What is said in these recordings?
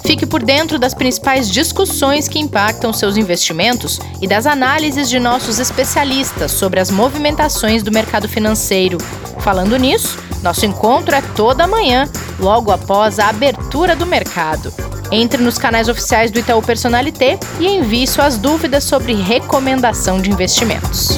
Fique por dentro das principais discussões que impactam seus investimentos e das análises de nossos especialistas sobre as movimentações do mercado financeiro. Falando nisso, nosso encontro é toda manhã, logo após a abertura do mercado. Entre nos canais oficiais do Itaú Personalité e envie suas dúvidas sobre recomendação de investimentos.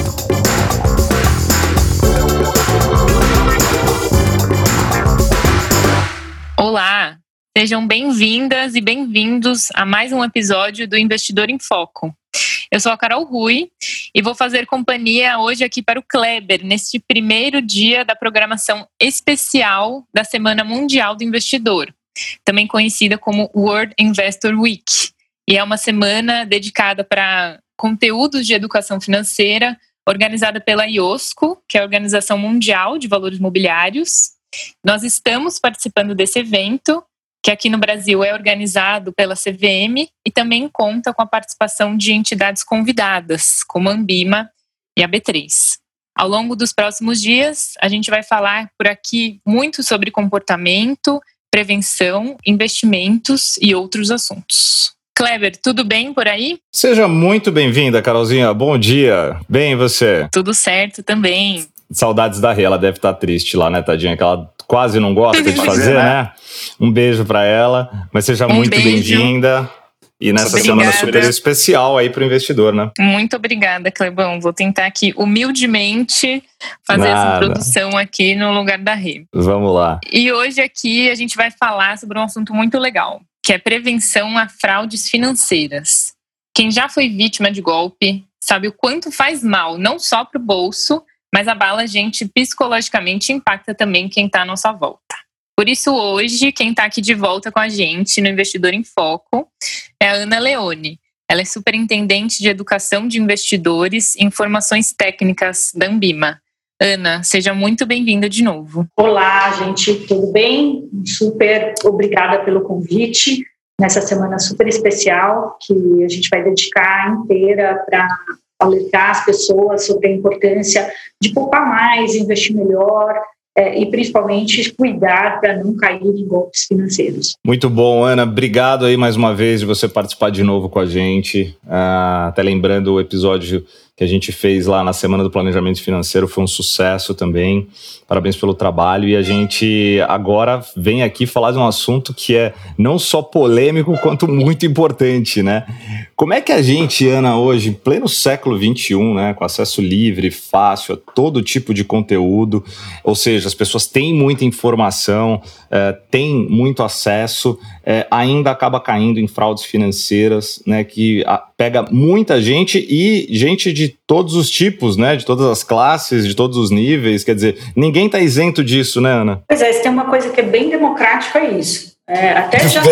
Olá, sejam bem-vindas e bem-vindos a mais um episódio do Investidor em Foco. Eu sou a Carol Rui e vou fazer companhia hoje aqui para o Kleber, neste primeiro dia da programação especial da Semana Mundial do Investidor, também conhecida como World Investor Week. E é uma semana dedicada para conteúdos de educação financeira, organizada pela IOSCO, que é a Organização Mundial de Valores Mobiliários. Nós estamos participando desse evento, que aqui no Brasil é organizado pela CVM e também conta com a participação de entidades convidadas, como a Ambima e a B3. Ao longo dos próximos dias, a gente vai falar por aqui muito sobre comportamento, prevenção, investimentos e outros assuntos. Kleber, tudo bem por aí? Seja muito bem-vinda, Carolzinha. Bom dia. Bem, e você? Tudo certo também. Saudades da Rê, ela deve estar triste lá, né, tadinha? Que ela quase não gosta de fazer, né? Um beijo pra ela, mas seja muito bem-vinda. E nessa semana super especial aí pro investidor, né? Muito obrigada, Clebão. Vou tentar aqui, humildemente, fazer essa introdução aqui no lugar da Rê. Vamos lá. E hoje aqui a gente vai falar sobre um assunto muito legal, que é prevenção a fraudes financeiras. Quem já foi vítima de golpe sabe o quanto faz mal, não só pro bolso, mas abala a gente psicologicamente e impacta também quem está à nossa volta. Por isso, hoje, quem está aqui de volta com a gente no Investidor em Foco é a Ana Leone. Ela é superintendente de educação de investidores e informações técnicas da Ambima. Ana, seja muito bem-vinda de novo. Olá, gente, tudo bem? Super obrigada pelo convite nessa semana super especial que a gente vai dedicar inteira para alertar as pessoas sobre a importância de poupar mais, investir melhor e principalmente cuidar para não cair em golpes financeiros. Muito bom, Ana. Obrigado aí mais uma vez de você participar de novo com a gente. Até lembrando o episódio que a gente fez lá na Semana do Planejamento Financeiro, foi um sucesso também. Parabéns pelo trabalho. E a gente agora vem aqui falar de um assunto que é não só polêmico, quanto muito importante, né? Como é que a gente, Ana, hoje, em pleno século XXI, né, com acesso livre, fácil a todo tipo de conteúdo, ou seja, as pessoas têm muita informação, têm muito acesso, ainda acaba caindo em fraudes financeiras, né, que pega muita gente e gente de todos os tipos, né, de todas as classes, de todos os níveis, quer dizer, ninguém está isento disso, né, Ana? Pois é, se tem uma coisa que é bem democrática, é isso. Até já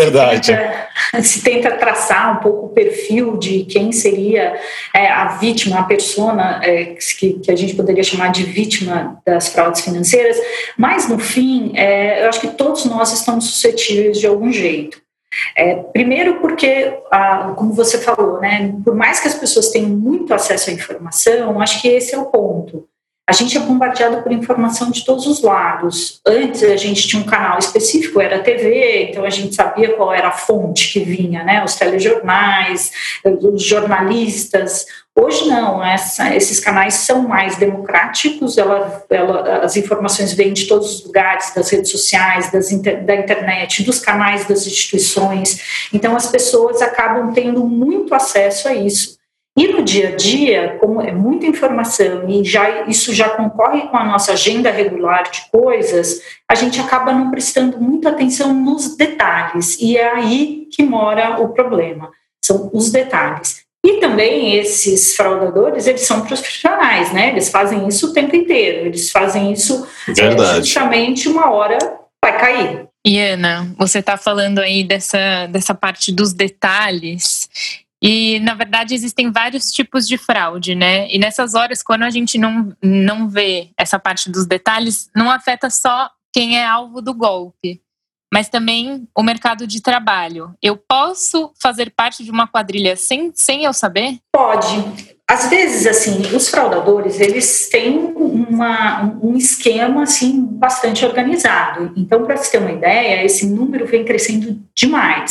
se tenta traçar um pouco o perfil de quem seria a vítima, a persona que a gente poderia chamar de vítima das fraudes financeiras, mas no fim, eu acho que todos nós estamos suscetíveis de algum jeito. Primeiro porque, como você falou, né, por mais que as pessoas tenham muito acesso à informação, acho que esse é o ponto. A gente é bombardeado por informação de todos os lados. Antes a gente tinha um canal específico, era a TV, então a gente sabia qual era a fonte que vinha, né? Os telejornais, os jornalistas. Hoje não, esses canais são mais democráticos, as informações vêm de todos os lugares, das redes sociais, da internet, dos canais das instituições. Então as pessoas acabam tendo muito acesso a isso. E no dia a dia, como é muita informação e isso já concorre com a nossa agenda regular de coisas, a gente acaba não prestando muita atenção nos detalhes. E é aí que mora o problema, são os detalhes. E também esses fraudadores, eles são profissionais, né? Eles fazem isso o tempo inteiro, eles fazem isso justamente uma hora vai cair. E Ana, você está falando aí dessa parte dos detalhes. E, na verdade, existem vários tipos de fraude, né? E nessas horas, quando a gente não vê essa parte dos detalhes, não afeta só quem é alvo do golpe, mas também o mercado de trabalho. Eu posso fazer parte de uma quadrilha sem eu saber? Pode. Às vezes, assim, os fraudadores, eles têm um esquema, assim, bastante organizado. Então, para você ter uma ideia, esse número vem crescendo demais.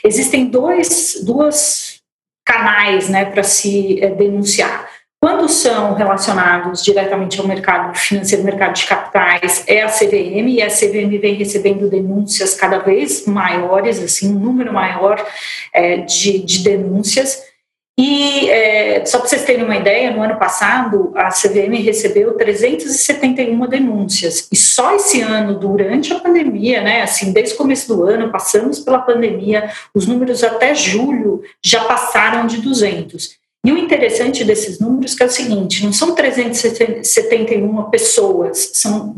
Existem dois canais, né, para se denunciar. Quando são relacionados diretamente ao mercado financeiro, mercado de capitais, é a CVM, e a CVM vem recebendo denúncias cada vez maiores, assim, um número maior de denúncias. E só para vocês terem uma ideia, no ano passado a CVM recebeu 371 denúncias, e só esse ano, durante a pandemia, né, assim, desde o começo do ano, passamos pela pandemia, os números até julho já passaram de 200. E o interessante desses números é o seguinte, não são 371 pessoas, são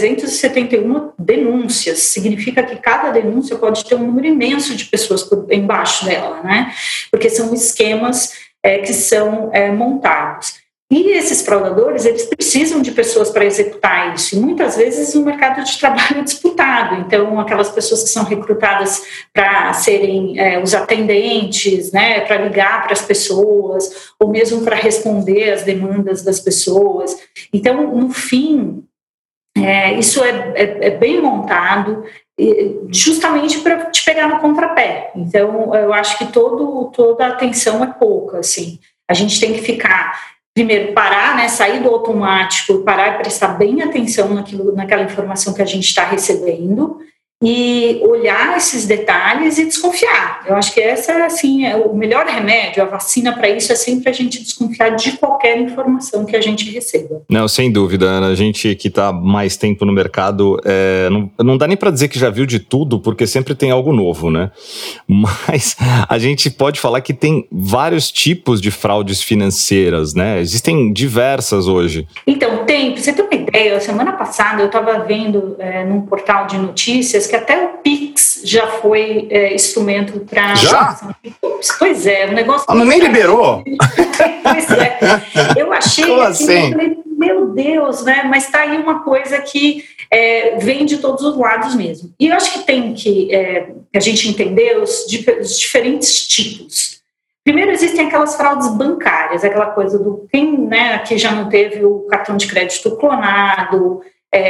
371 denúncias. Significa que cada denúncia pode ter um número imenso de pessoas embaixo dela, né? Porque são esquemas que são montados. E esses fraudadores, eles precisam de pessoas para executar isso. E muitas vezes o mercado de trabalho é disputado. Então, aquelas pessoas que são recrutadas para serem os atendentes, né, para ligar para as pessoas, ou mesmo para responder às demandas das pessoas. Então, no fim, isso é bem montado, justamente para te pegar no contrapé. Então, eu acho que toda a atenção é pouca, assim. A gente tem que ficar... Primeiro, parar, né, sair do automático, parar e prestar bem atenção naquela informação que a gente está recebendo e olhar esses detalhes e desconfiar. Eu acho que essa, assim, é o melhor remédio, a vacina para isso é sempre a gente desconfiar de qualquer informação que a gente receba. Não, sem dúvida, Ana. A gente que está mais tempo no mercado, não dá nem para dizer que já viu de tudo, porque sempre tem algo novo, né? Mas a gente pode falar que tem vários tipos de fraudes financeiras, né? Existem diversas hoje. Então, tem. Pra você ter uma ideia, semana passada eu estava vendo num portal de notícias que até o Pix já foi instrumento para... Já? Pois é, o negócio... Mas nem liberou? Pois é. Eu achei... Como assim? Eu falei, meu Deus, né? Mas está aí uma coisa que vem de todos os lados mesmo. E eu acho que tem que a gente entender os diferentes tipos. Primeiro, existem aquelas fraudes bancárias, aquela coisa do quem, né, que já não teve o cartão de crédito clonado,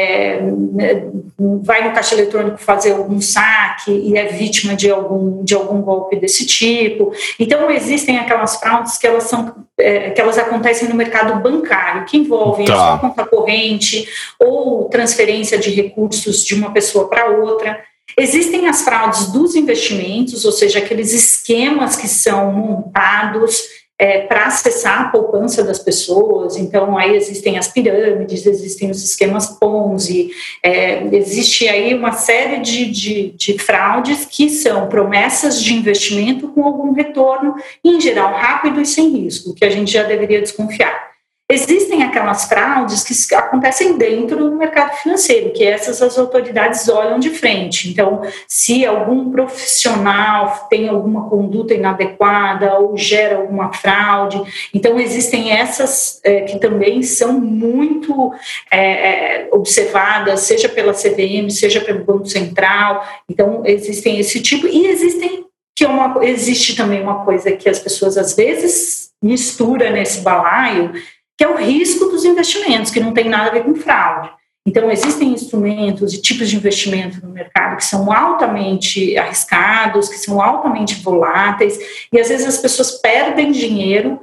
vai no caixa eletrônico fazer algum saque e é vítima de algum golpe desse tipo. Então, existem aquelas fraudes que elas acontecem no mercado bancário, que envolvem a sua conta corrente ou transferência de recursos de uma pessoa para outra. Existem as fraudes dos investimentos, ou seja, aqueles esquemas que são montados para acessar a poupança das pessoas. Então, aí existem as pirâmides, existem os esquemas Ponzi, existe aí uma série de fraudes que são promessas de investimento com algum retorno, em geral rápido e sem risco, que a gente já deveria desconfiar. Existem aquelas fraudes que acontecem dentro do mercado financeiro, que essas as autoridades olham de frente. Então, se algum profissional tem alguma conduta inadequada ou gera alguma fraude, então existem essas que também são muito observadas, seja pela CVM, seja pelo Banco Central. Então, existem esse tipo, e existe também uma coisa que as pessoas às vezes misturam nesse balaio, que é o risco dos investimentos, que não tem nada a ver com fraude. Então, existem instrumentos e tipos de investimento no mercado que são altamente arriscados, que são altamente voláteis, e às vezes as pessoas perdem dinheiro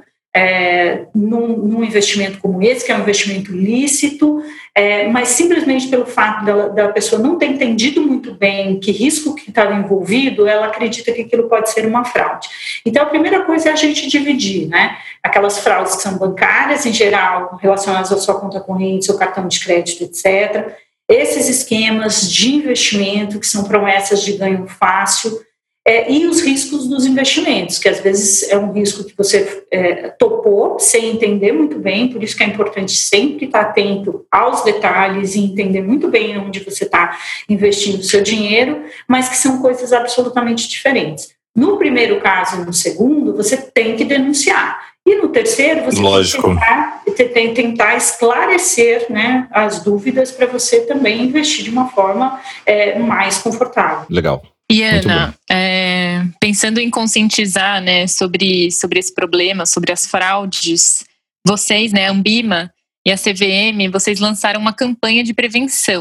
num investimento como esse, que é um investimento lícito, mas simplesmente pelo fato da pessoa não ter entendido muito bem que risco que estava envolvido, ela acredita que aquilo pode ser uma fraude. Então, a primeira coisa é a gente dividir, né? Aquelas fraudes que são bancárias, em geral, relacionadas à sua conta corrente, seu cartão de crédito, etc. Esses esquemas de investimento, que são promessas de ganho fácil, e os riscos dos investimentos, que às vezes é um risco que você topou sem entender muito bem, por isso que é importante sempre estar atento aos detalhes e entender muito bem onde você está investindo o seu dinheiro, mas que são coisas absolutamente diferentes. No primeiro caso e no segundo, você tem que denunciar. E no terceiro, você tem que tentar esclarecer, né, as dúvidas para você também investir de uma forma mais confortável. Legal. E Ana, pensando em conscientizar, né, sobre esse problema, sobre as fraudes, vocês, né, a Ambima e a CVM, vocês lançaram uma campanha de prevenção,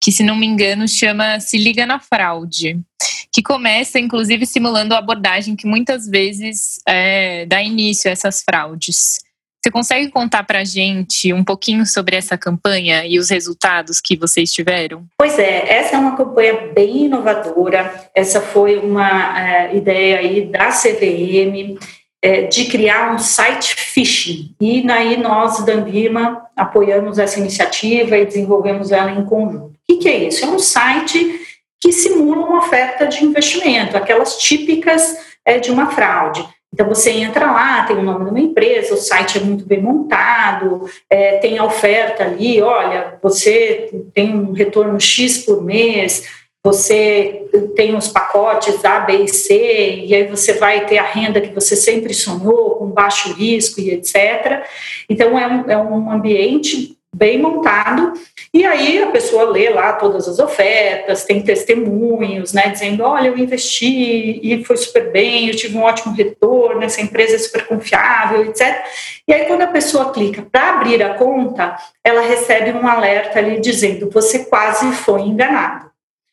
que, se não me engano, chama Se Liga na Fraude, que começa, inclusive, simulando a abordagem que muitas vezes dá início a essas fraudes. Você consegue contar para a gente um pouquinho sobre essa campanha e os resultados que vocês tiveram? Pois é, essa é uma campanha bem inovadora. Essa foi uma ideia aí da CVM de criar um site phishing. E aí nós, da Anbima, apoiamos essa iniciativa e desenvolvemos ela em conjunto. O que é isso? É um site que simula uma oferta de investimento, aquelas típicas de uma fraude. Então, você entra lá, tem o nome de uma empresa, o site é muito bem montado, tem a oferta ali, olha, você tem um retorno X por mês, você tem os pacotes A, B e C, e aí você vai ter a renda que você sempre sonhou, com baixo risco e etc. Então, é um ambiente bem montado, e aí a pessoa lê lá todas as ofertas, tem testemunhos, né, dizendo, olha, eu investi e foi super bem, eu tive um ótimo retorno, essa empresa é super confiável, etc. E aí quando a pessoa clica para abrir a conta, ela recebe um alerta ali dizendo, você quase foi enganado,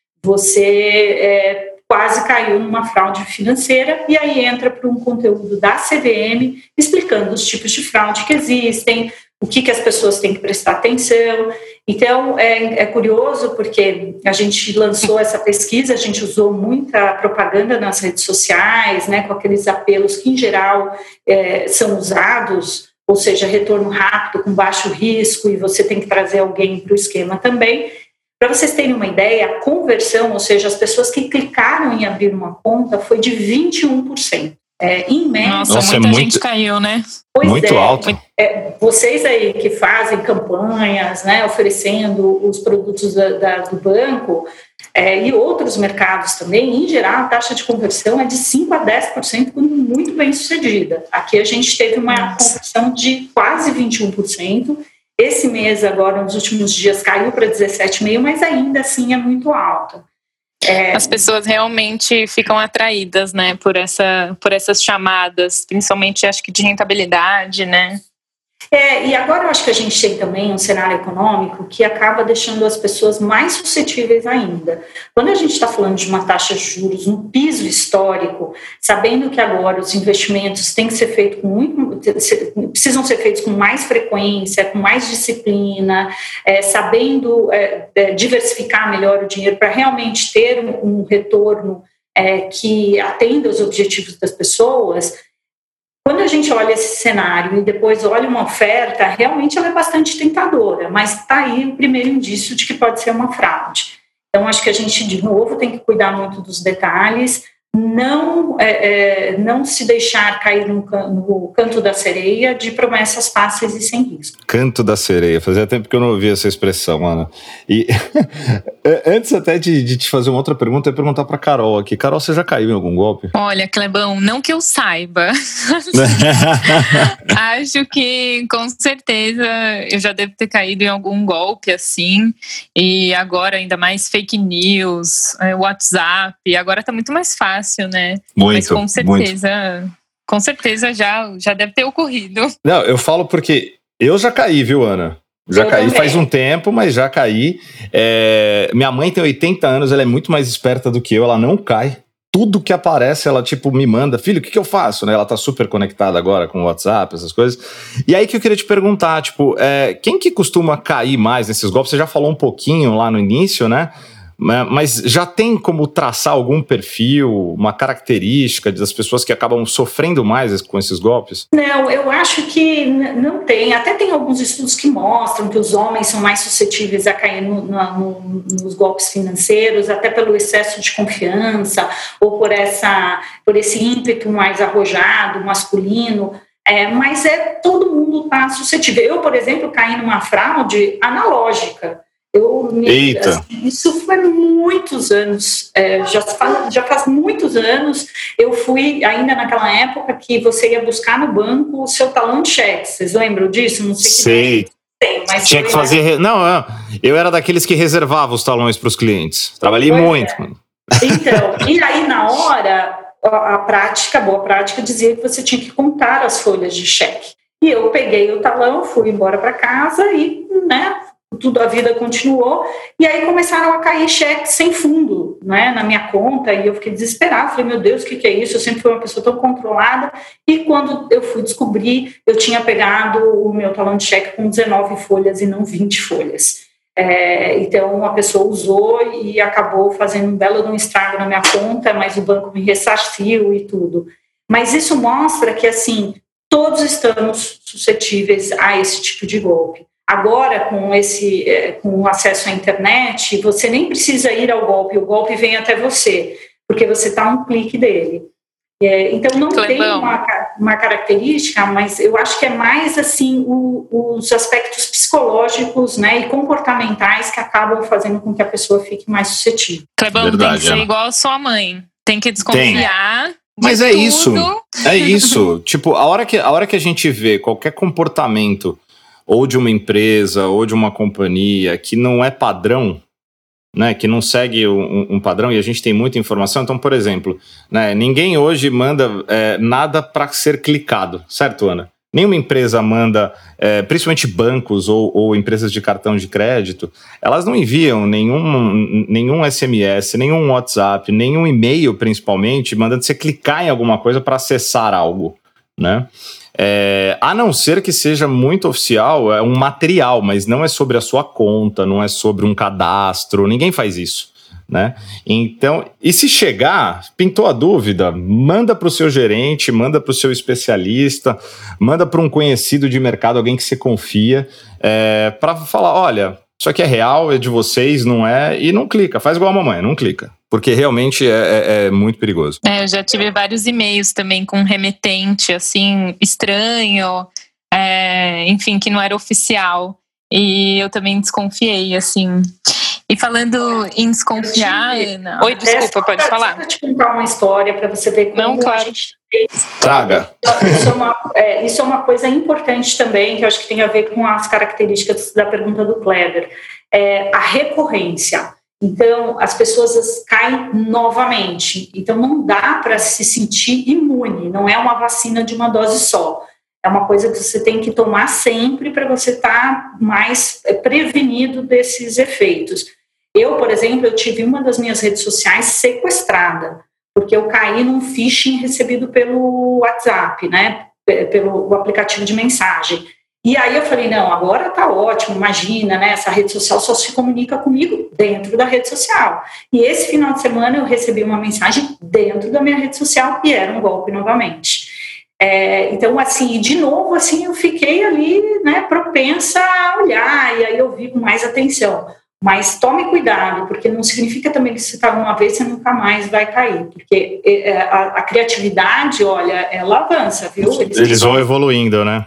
você quase caiu numa fraude financeira, e aí entra para um conteúdo da CVM explicando os tipos de fraude que existem, o que as pessoas têm que prestar atenção. Então, é curioso porque a gente lançou essa pesquisa, a gente usou muita propaganda nas redes sociais, né, com aqueles apelos que, em geral, são usados, ou seja, retorno rápido, com baixo risco, e você tem que trazer alguém para o esquema também. Para vocês terem uma ideia, a conversão, ou seja, as pessoas que clicaram em abrir uma conta, foi de 21%. Em média. Nossa, muita gente caiu, né? Pois muito alto. Vocês aí que fazem campanhas, né, oferecendo os produtos do banco e outros mercados também, em geral, a taxa de conversão é de 5% a 10%, quando muito bem sucedida. Aqui a gente teve uma conversão de quase 21%. Esse mês, agora, nos últimos dias, caiu para 17,5%, mas ainda assim é muito alta. As pessoas realmente ficam atraídas, né, por essas chamadas, principalmente, acho que de rentabilidade, né? E agora eu acho que a gente tem também um cenário econômico que acaba deixando as pessoas mais suscetíveis ainda. Quando a gente está falando de uma taxa de juros, um piso histórico, sabendo que agora os investimentos têm que ser feitos precisam ser feitos com mais frequência, com mais disciplina, sabendo diversificar melhor o dinheiro para realmente ter um retorno que atenda aos objetivos das pessoas. Quando a gente olha esse cenário e depois olha uma oferta, realmente ela é bastante tentadora, mas está aí o primeiro indício de que pode ser uma fraude. Então, acho que a gente, de novo, tem que cuidar muito dos detalhes, não se deixar cair no canto da sereia de promessas fáceis e sem risco. Canto da sereia, fazia tempo que eu não ouvia essa expressão, Ana. E antes até de te fazer uma outra pergunta, eu ia perguntar para Carol aqui. Carol, você já caiu em algum golpe? Olha, Clebão, não que eu saiba. Acho que, com certeza, eu já devo ter caído em algum golpe, assim. E agora, ainda mais fake news, WhatsApp, agora tá muito mais fácil. Né? Mas com certeza já deve ter ocorrido. Não, eu falo porque eu já caí, viu, Ana? Já caí faz um tempo, mas já caí. Minha mãe tem 80 anos, ela é muito mais esperta do que eu, ela não cai. Tudo que aparece, ela me manda, filho, o que eu faço? Né? Ela tá super conectada agora com o WhatsApp, essas coisas. E aí que eu queria te perguntar, quem que costuma cair mais nesses golpes? Você já falou um pouquinho lá no início, né? Mas já tem como traçar algum perfil, uma característica das pessoas que acabam sofrendo mais com esses golpes? Não, eu acho que não tem. Até tem alguns estudos que mostram que os homens são mais suscetíveis a cair nos golpes financeiros, até pelo excesso de confiança ou por esse ímpeto mais arrojado, masculino. Mas todo mundo está suscetível. Eu, por exemplo, caí numa fraude analógica. Isso foi muitos anos, já faz muitos anos. Eu fui ainda naquela época que você ia buscar no banco o seu talão de cheque. Vocês lembram disso? Não sei. Mas tinha que fazer. Não, eu era daqueles que reservava os talões para os clientes. Trabalhei muito. Então, e aí na hora, a boa prática dizia que você tinha que contar as folhas de cheque. E eu peguei o talão, fui embora para casa e, tudo, a vida continuou, e aí começaram a cair cheques sem fundo, né, na minha conta, e eu fiquei desesperada, falei, meu Deus, o que é isso? Eu sempre fui uma pessoa tão controlada, e quando eu fui descobrir, eu tinha pegado o meu talão de cheque com 19 folhas e não 20 folhas. Então a pessoa usou e acabou fazendo um belo de um estrago na minha conta, mas o banco me ressarciu e tudo. Mas isso mostra que, assim, todos estamos suscetíveis a esse tipo de golpe. Agora, com o acesso à internet, você nem precisa ir ao golpe, o golpe vem até você, porque você está a um clique dele. Então, não tem uma característica, mas eu acho que é mais, assim, os aspectos psicológicos, né, e comportamentais que acabam fazendo com que a pessoa fique mais suscetível. Clebão, tem que ser igual a sua mãe. Tem que desconfiar. Mas é isso. Tipo, a hora que a gente vê qualquer comportamento ou de uma empresa ou de uma companhia que não é padrão, né, que não segue um padrão, e a gente tem muita informação. Então, por exemplo, né, ninguém hoje manda nada para ser clicado, certo, Ana? Nenhuma empresa manda, principalmente bancos ou empresas de cartão de crédito, elas não enviam nenhum SMS, nenhum WhatsApp, nenhum e-mail, principalmente, mandando você clicar em alguma coisa para acessar algo, né? A não ser que seja muito oficial, é um material, mas não é sobre a sua conta, não é sobre um cadastro, ninguém faz isso, né? Então, e se chegar, pintou a dúvida, manda para o seu gerente, manda para o seu especialista, manda para um conhecido de mercado, alguém que você confia, para falar, olha, isso aqui é real, é de vocês, não é? E não clica, faz igual a mamãe, não clica. Porque realmente é muito perigoso. Eu já tive vários e-mails também com remetente, assim, estranho, enfim, que não era oficial. E eu também desconfiei, assim. E falando em desconfiar, Ana... Oi, desculpa, pode falar. Deixa eu te contar uma história para você ver como claro. a gente fez. Traga. Isso é uma coisa importante também, que eu acho que tem a ver com as características da pergunta do Kleber. A recorrência. Então, as pessoas caem novamente. Então, não dá para se sentir imune. Não é uma vacina de uma dose só. É uma coisa que você tem que tomar sempre para você estar mais prevenido desses efeitos. Eu, por exemplo, eu tive uma das minhas redes sociais sequestrada, porque eu caí num phishing recebido pelo WhatsApp, né? Pelo aplicativo de mensagem. E aí eu falei, não, agora tá ótimo, imagina, né, essa rede social só se comunica comigo dentro da rede social. E esse final de semana eu recebi uma mensagem dentro da minha rede social e era um golpe novamente. Então, assim, de novo, assim, eu fiquei ali, né, propensa a olhar, e aí eu vi com mais atenção. Mas tome cuidado, porque não significa também que se está uma vez, você nunca mais vai cair. Porque a criatividade, olha, ela avança, viu? Eles vão evoluindo, né?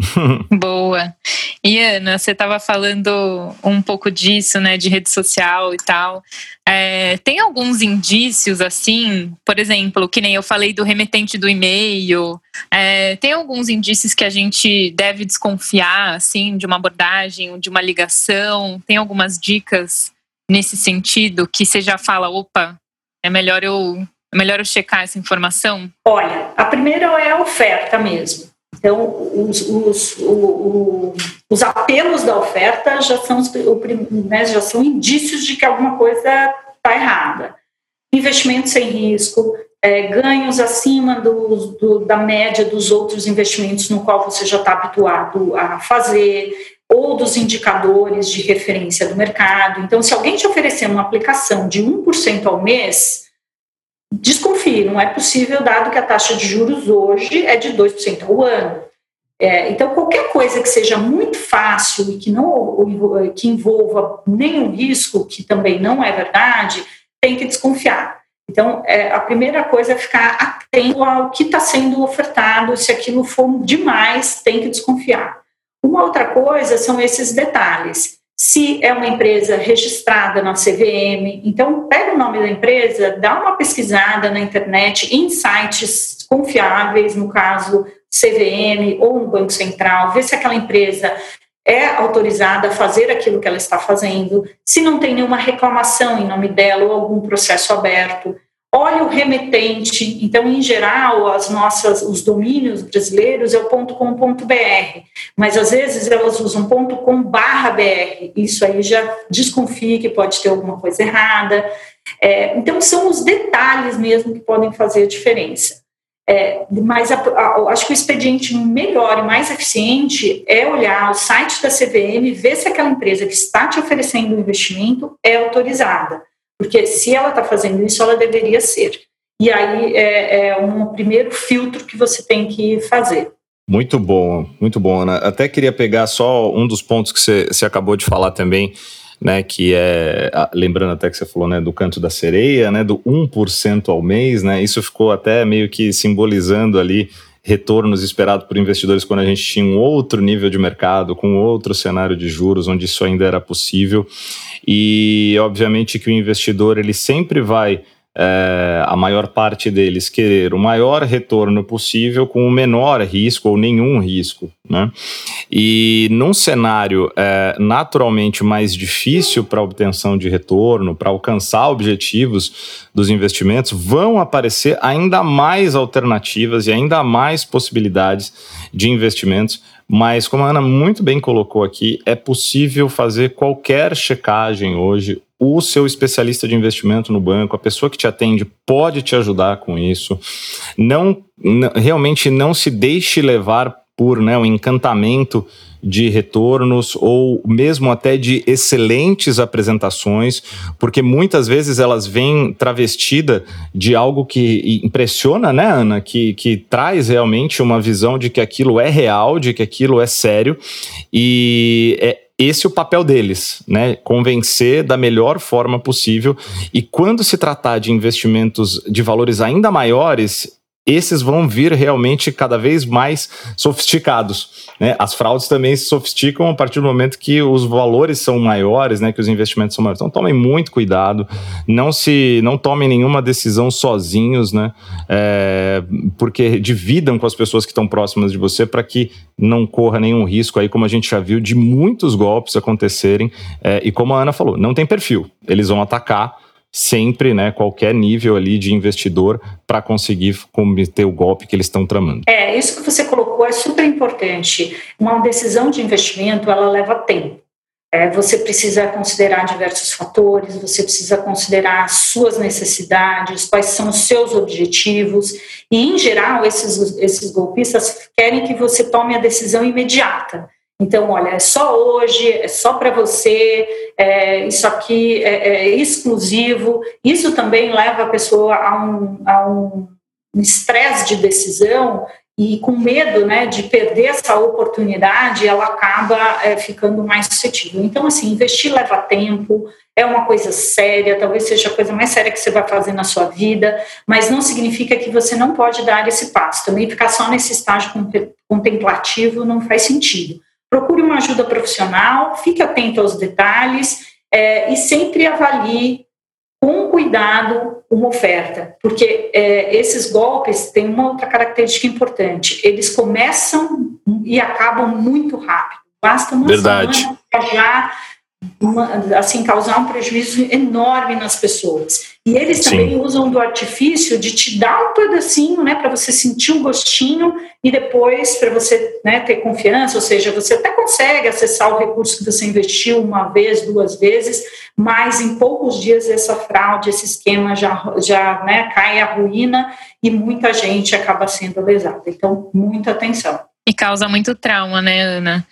Boa. E Ana, você estava falando um pouco disso, né, de rede social e tal. Tem alguns indícios, assim, por exemplo, que nem eu falei do remetente do e-mail, tem alguns indícios que a gente deve desconfiar, assim, de uma abordagem, de uma ligação? Tem algumas dicas nesse sentido que você já fala, opa, é melhor eu checar essa informação? Olha, a primeira é a oferta mesmo. Então, os apelos da oferta já são indícios de que alguma coisa está errada. Investimento sem risco, ganhos acima da média dos outros investimentos no qual você já está habituado a fazer, ou dos indicadores de referência do mercado. Então, se alguém te oferecer uma aplicação de 1% ao mês, desconfie, não é possível, dado que a taxa de juros hoje é de 2% ao ano. Então, qualquer coisa que seja muito fácil e que envolva nenhum risco, que também não é verdade, tem que desconfiar. Então, a primeira coisa é ficar atento ao que está sendo ofertado. Se aquilo for demais, tem que desconfiar. Uma outra coisa são esses detalhes. Se é uma empresa registrada na CVM, então pega o nome da empresa, dá uma pesquisada na internet em sites confiáveis, no caso CVM ou no Banco Central, vê se aquela empresa é autorizada a fazer aquilo que ela está fazendo, se não tem nenhuma reclamação em nome dela ou algum processo aberto. Óleo remetente, então, em geral, os domínios brasileiros é o .com.br, mas às vezes elas usam .com/br, isso aí já desconfie que pode ter alguma coisa errada. Então, são os detalhes mesmo que podem fazer a diferença. Mas acho que o expediente melhor e mais eficiente é olhar o site da CVM, ver se aquela empresa que está te oferecendo o investimento é autorizada. Porque se ela está fazendo isso, ela deveria ser. E aí é um primeiro filtro que você tem que fazer. Muito bom, Ana. Até queria pegar só um dos pontos que você acabou de falar também, né, que lembrando até que você falou, né, do canto da sereia, né, do 1% ao mês, né, isso ficou até meio que simbolizando ali retornos esperados por investidores quando a gente tinha um outro nível de mercado, com outro cenário de juros, onde isso ainda era possível. E, obviamente, que o investidor ele sempre vai, a maior parte deles, querer o maior retorno possível com o menor risco ou nenhum risco, né? E num cenário naturalmente mais difícil para a obtenção de retorno, para alcançar objetivos dos investimentos, vão aparecer ainda mais alternativas e ainda mais possibilidades de investimentos. Mas, como a Ana muito bem colocou aqui, é possível fazer qualquer checagem hoje. O seu especialista de investimento no banco, a pessoa que te atende, pode te ajudar com isso. Realmente não se deixe levar por o encantamento de retornos ou mesmo até de excelentes apresentações, porque muitas vezes elas vêm travestida de algo que impressiona, né, Ana? Que traz realmente uma visão de que aquilo é real, de que aquilo é sério, e esse é o papel deles, né? Convencer da melhor forma possível. E quando se tratar de investimentos de valores ainda maiores, esses vão vir realmente cada vez mais sofisticados, né? As fraudes também se sofisticam a partir do momento que os valores são maiores, né? Que os investimentos são maiores. Então tomem muito cuidado, não tomem nenhuma decisão sozinhos, né? Porque dividam com as pessoas que estão próximas de você para que não corra nenhum risco aí, como a gente já viu, de muitos golpes acontecerem. E como a Ana falou, não tem perfil. Eles vão atacar sempre, né, qualquer nível ali de investidor para conseguir combater o golpe que eles estão tramando. Isso que você colocou é super importante. Uma decisão de investimento, ela leva tempo. Você precisa considerar diversos fatores, você precisa considerar as suas necessidades, quais são os seus objetivos, e, em geral, esses golpistas querem que você tome a decisão imediata. Então, olha, é só hoje, é só para você, isso aqui é exclusivo. Isso também leva a pessoa a um estresse de decisão e com medo, né, de perder essa oportunidade, ela acaba ficando mais suscetível. Então, assim, investir leva tempo, é uma coisa séria, talvez seja a coisa mais séria que você vai fazer na sua vida, mas não significa que você não pode dar esse passo. Também ficar só nesse estágio contemplativo não faz sentido. Procure uma ajuda profissional, fique atento aos detalhes e sempre avalie com cuidado uma oferta, porque esses golpes têm uma outra característica importante. Eles começam e acabam muito rápido. Basta uma semana para já causar um prejuízo enorme nas pessoas. E eles também usam do artifício de te dar um pedacinho, né, para você sentir um gostinho e depois para você, né, ter confiança, ou seja, você até consegue acessar o recurso que você investiu uma vez, 2 vezes, mas em poucos dias essa fraude, esse esquema já né, cai à ruína e muita gente acaba sendo lesada. Então, muita atenção. E causa muito trauma, né, Ana?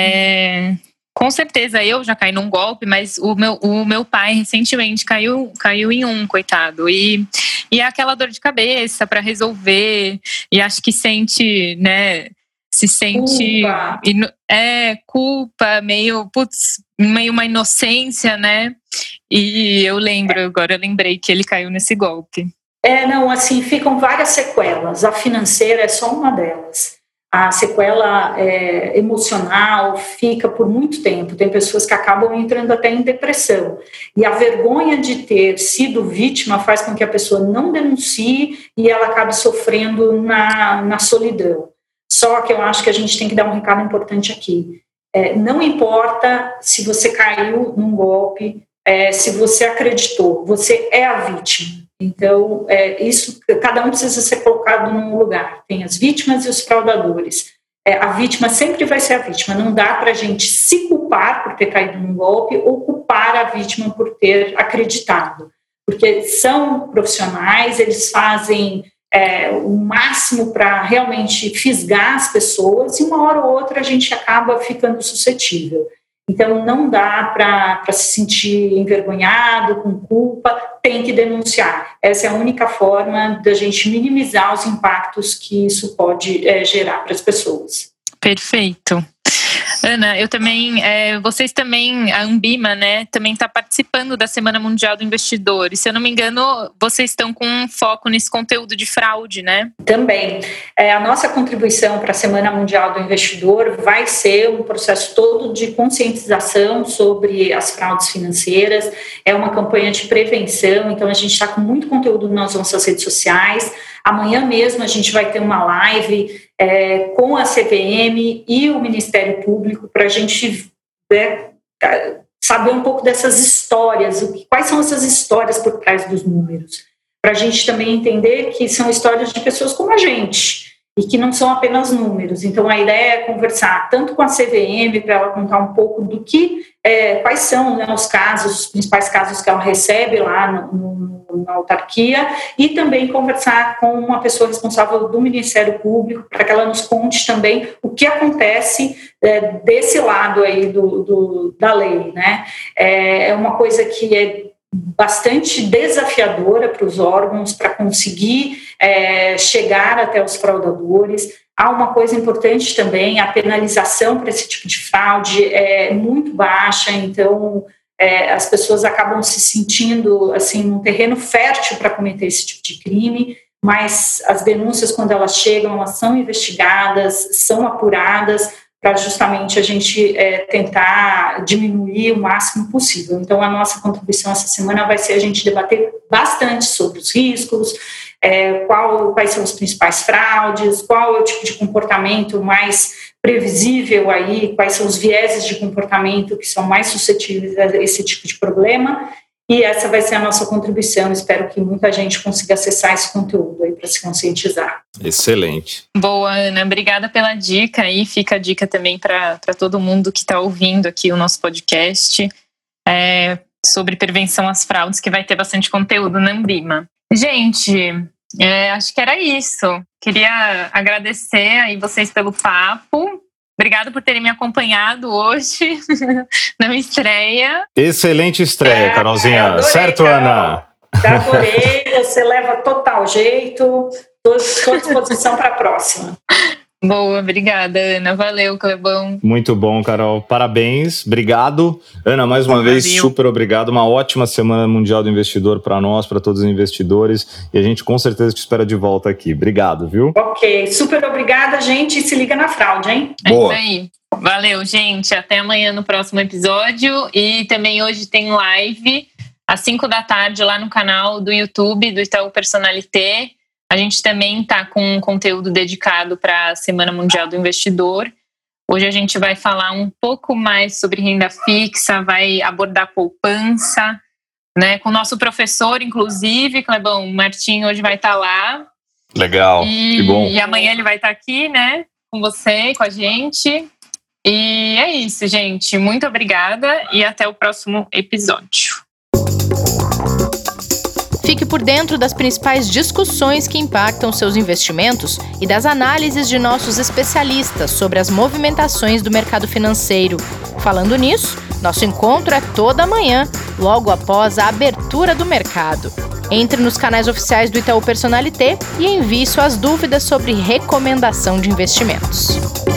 Com certeza, eu já caí num golpe, mas o meu pai recentemente caiu em coitado. E aquela dor de cabeça para resolver, e acho que sente, né? Se sente culpa, meio uma inocência, né? E eu lembrei que ele caiu nesse golpe. Ficam várias sequelas. A financeira é só uma delas. A sequela emocional fica por muito tempo. Tem pessoas que acabam entrando até em depressão. E a vergonha de ter sido vítima faz com que a pessoa não denuncie e ela acabe sofrendo na solidão. Só que eu acho que a gente tem que dar um recado importante aqui. Não importa se você caiu num golpe, se você acreditou, você é a vítima. Então, isso, cada um precisa ser colocado num lugar. Tem as vítimas e os fraudadores. A vítima sempre vai ser a vítima. Não dá para a gente se culpar por ter caído num golpe ou culpar a vítima por ter acreditado. Porque são profissionais, eles fazem o máximo para realmente fisgar as pessoas e uma hora ou outra a gente acaba ficando suscetível. Então, não dá para se sentir envergonhado, com culpa, tem que denunciar. Essa é a única forma da gente minimizar os impactos que isso pode gerar para as pessoas. Perfeito. Ana, eu também, vocês também, a Ambima, né, também está participando da Semana Mundial do Investidor. E, se eu não me engano, vocês estão com um foco nesse conteúdo de fraude, né? Também. A nossa contribuição para a Semana Mundial do Investidor vai ser um processo todo de conscientização sobre as fraudes financeiras. É uma campanha de prevenção, então a gente está com muito conteúdo nas nossas redes sociais. Amanhã mesmo a gente vai ter uma live com a CVM e o Ministério Público para a gente saber um pouco dessas histórias, quais são essas histórias por trás dos números, para a gente também entender que são histórias de pessoas como a gente e que não são apenas números. Então, a ideia é conversar tanto com a CVM para ela contar um pouco do que, quais são, né, os casos, os principais casos que ela recebe lá na autarquia, e também conversar com uma pessoa responsável do Ministério Público para que ela nos conte também o que acontece desse lado aí da lei, né? É uma coisa que é bastante desafiadora para os órgãos para conseguir chegar até os fraudadores. Há uma coisa importante também, a penalização para esse tipo de fraude é muito baixa, então as pessoas acabam se sentindo assim, num terreno fértil para cometer esse tipo de crime, mas as denúncias, quando elas chegam, elas são investigadas, são apuradas, para justamente a gente tentar diminuir o máximo possível. Então, a nossa contribuição essa semana vai ser a gente debater bastante sobre os riscos, quais são os principais fraudes, qual é o tipo de comportamento mais previsível aí, quais são os vieses de comportamento que são mais suscetíveis a esse tipo de problema. E essa vai ser a nossa contribuição. Espero que muita gente consiga acessar esse conteúdo aí para se conscientizar. Excelente. Boa, Ana. Obrigada pela dica. E fica a dica também para todo mundo que está ouvindo aqui o nosso podcast sobre prevenção às fraudes, que vai ter bastante conteúdo na Ambima. Gente, acho que era isso. Queria agradecer aí vocês pelo papo. Obrigada por terem me acompanhado hoje na minha estreia. Excelente estreia, Carolzinha. Adorei, certo, Carol. Ana? Adorei, você leva total jeito. Estou à disposição para a próxima. Boa, obrigada, Ana. Valeu, Clebão. Muito bom, Carol. Parabéns, obrigado. Ana, mais uma vez, super obrigado. Uma ótima Semana Mundial do Investidor para nós, para todos os investidores. E a gente com certeza te espera de volta aqui. Obrigado, viu? Ok, super obrigada, gente. E se liga na fraude, hein? Boa. É isso aí. Valeu, gente. Até amanhã no próximo episódio. E também hoje tem live às 5 da tarde lá no canal do YouTube do Itaú Personalité. A gente também está com um conteúdo dedicado para a Semana Mundial do Investidor. Hoje a gente vai falar um pouco mais sobre renda fixa, vai abordar poupança, né? Com o nosso professor, inclusive, Clebão, o Martim hoje vai estar lá. Legal, que bom. E amanhã ele vai estar aqui, né? Com você, com a gente. E é isso, gente. Muito obrigada e até o próximo episódio. Fique por dentro das principais discussões que impactam seus investimentos e das análises de nossos especialistas sobre as movimentações do mercado financeiro. Falando nisso, nosso encontro é toda manhã, logo após a abertura do mercado. Entre nos canais oficiais do Itaú Personalité e envie suas dúvidas sobre recomendação de investimentos.